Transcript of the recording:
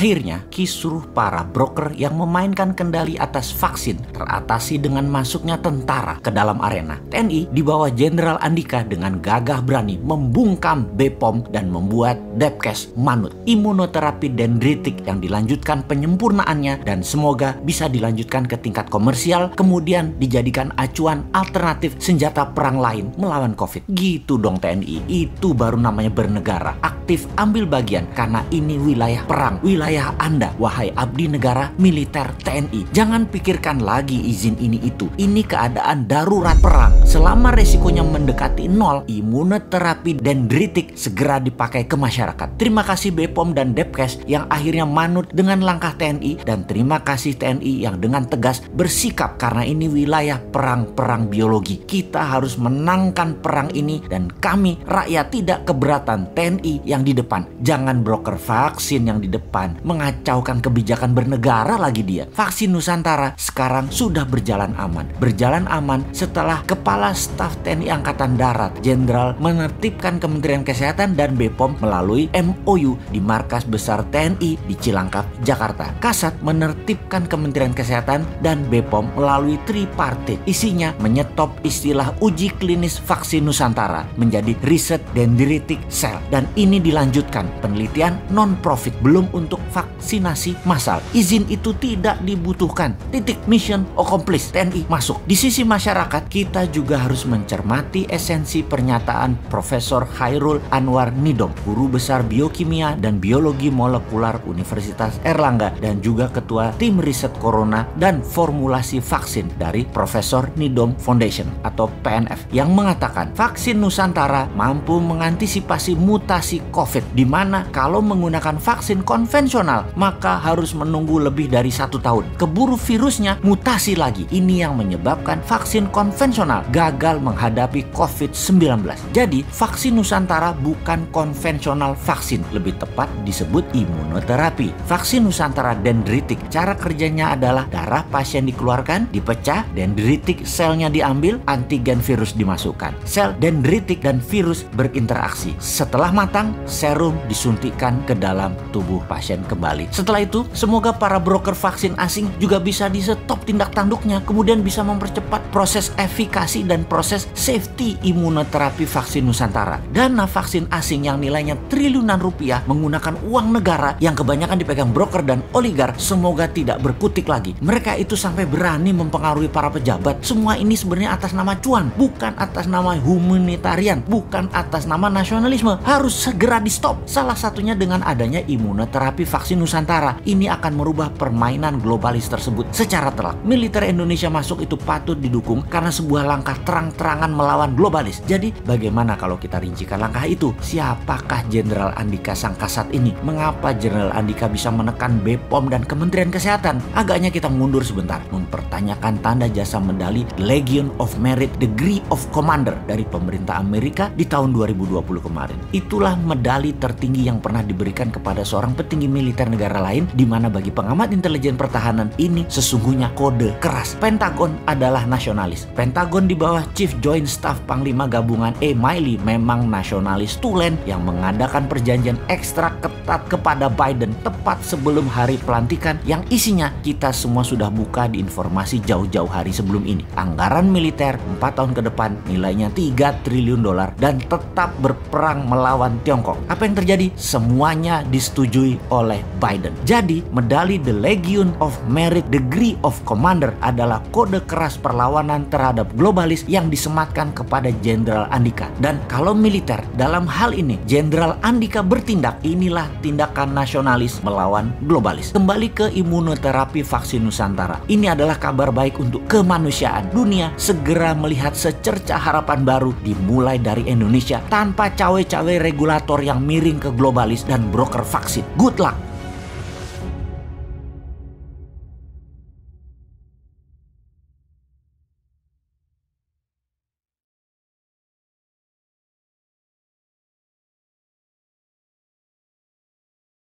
Akhirnya, kisruh para broker yang memainkan kendali atas vaksin teratasi dengan masuknya tentara ke dalam arena. TNI di bawah Jenderal Andika dengan gagah berani membungkam BPOM dan membuat Depkes manut. Imunoterapi dendritik yang dilanjutkan penyempurnaannya dan semoga bisa dilanjutkan ke tingkat komersial, kemudian dijadikan acuan alternatif senjata perang lain melawan COVID. Gitu dong TNI, itu baru namanya bernegara. Aktif ambil bagian karena ini wilayah perang, wilayah Anda, wahai abdi negara militer TNI. Jangan pikirkan lagi izin ini itu. Ini keadaan darurat perang. Selama resikonya mendekati nol, imunoterapi dendritik segera dipakai ke masyarakat. Terima kasih BPOM dan Depkes yang akhirnya manut dengan langkah TNI, dan terima kasih TNI yang dengan tegas bersikap karena ini wilayah perang biologi. Kita harus menangkan perang ini dan kami rakyat tidak keberatan TNI yang di depan. Jangan broker vaksin yang di depan mengacaukan kebijakan bernegara lagi dia. Vaksin Nusantara sekarang sudah berjalan aman. Berjalan aman setelah Kepala Staf TNI Angkatan Darat Jenderal menertibkan Kementerian Kesehatan dan BPOM melalui MOU di Markas Besar TNI di Cilangkap, Jakarta. Kasat menertibkan Kementerian Kesehatan dan BPOM melalui tripartit. Isinya menyetop istilah uji klinis vaksin Nusantara menjadi riset dendritic cell, dan ini dilanjutkan penelitian non-profit belum untuk vaksinasi massal. Izin itu tidak dibutuhkan. Titik, mission accomplished. TNI masuk. Di sisi masyarakat, kita juga harus mencermati esensi pernyataan Profesor Chairul Anwar Nidom, Guru Besar Biokimia dan Biologi Molekular Universitas Erlangga dan juga Ketua Tim Riset Corona dan Formulasi Vaksin dari Profesor Nidom Foundation atau PNF, yang mengatakan vaksin Nusantara mampu mengantisipasi mutasi COVID, di mana kalau menggunakan vaksin konvensional maka harus menunggu lebih dari 1 tahun. Keburu virusnya mutasi lagi. Ini yang menyebabkan vaksin konvensional gagal menghadapi COVID-19. Jadi vaksin Nusantara bukan konvensional vaksin, lebih tepat disebut imunoterapi. Vaksin Nusantara dendritik, cara kerjanya adalah darah pasien dikeluarkan, dipecah, dendritik selnya diambil, antigen virus dimasukkan. Sel dendritik dan virus berinteraksi. Setelah matang, serum disuntikkan ke dalam tubuh pasien kembali. Setelah itu, semoga para broker vaksin asing juga bisa di-stop tindak tanduknya, kemudian bisa mempercepat proses efikasi dan proses safety imunoterapi vaksin Nusantara. Dana vaksin asing yang nilainya triliunan rupiah menggunakan uang negara yang kebanyakan dipegang broker dan oligar semoga tidak berkutik lagi. Mereka itu sampai berani mempengaruhi para pejabat. Semua ini sebenarnya atas nama cuan, bukan atas nama humanitarian, bukan atas nama nasionalisme. Harus segera di-stop. Salah satunya dengan adanya imunoterapi vaksin Nusantara. Ini akan merubah permainan globalis tersebut secara telak. Militer Indonesia masuk itu patut didukung karena sebuah langkah terang-terangan melawan globalis. Jadi bagaimana kalau kita rincikan langkah itu? Siapakah Jenderal Andika sang kasat ini? Mengapa Jenderal Andika bisa menekan BPOM dan Kementerian Kesehatan? Agaknya kita mundur sebentar, mempertanyakan tanda jasa medali Legion of Merit Degree of Commander dari pemerintah Amerika di tahun 2020 kemarin. Itulah medali tertinggi yang pernah diberikan kepada seorang petinggi militer negara lain, di mana bagi pengamat intelijen pertahanan ini sesungguhnya kode keras. Pentagon adalah nasionalis. Pentagon di bawah Chief Joint Staff Panglima Gabungan E. Miley memang nasionalis tulen yang mengadakan perjanjian ekstra ketat kepada Biden tepat sebelum hari pelantikan, yang isinya kita semua sudah buka di informasi jauh-jauh hari sebelum ini. Anggaran militer 4 tahun ke depan nilainya 3 triliun dolar dan tetap berperang melawan Tiongkok. Apa yang terjadi? Semuanya disetujui oleh Biden. Jadi medali The Legion of Merit Degree of Commander adalah kode keras perlawanan terhadap globalis yang disematkan kepada Jenderal Andika. Dan kalau militer dalam hal ini Jenderal Andika bertindak, inilah tindakan nasionalis melawan globalis. Kembali ke imunoterapi vaksin Nusantara. Ini adalah kabar baik untuk kemanusiaan. Dunia segera melihat secerca harapan baru dimulai dari Indonesia tanpa cawe-cawe regulator yang miring ke globalis dan broker vaksin. Good luck.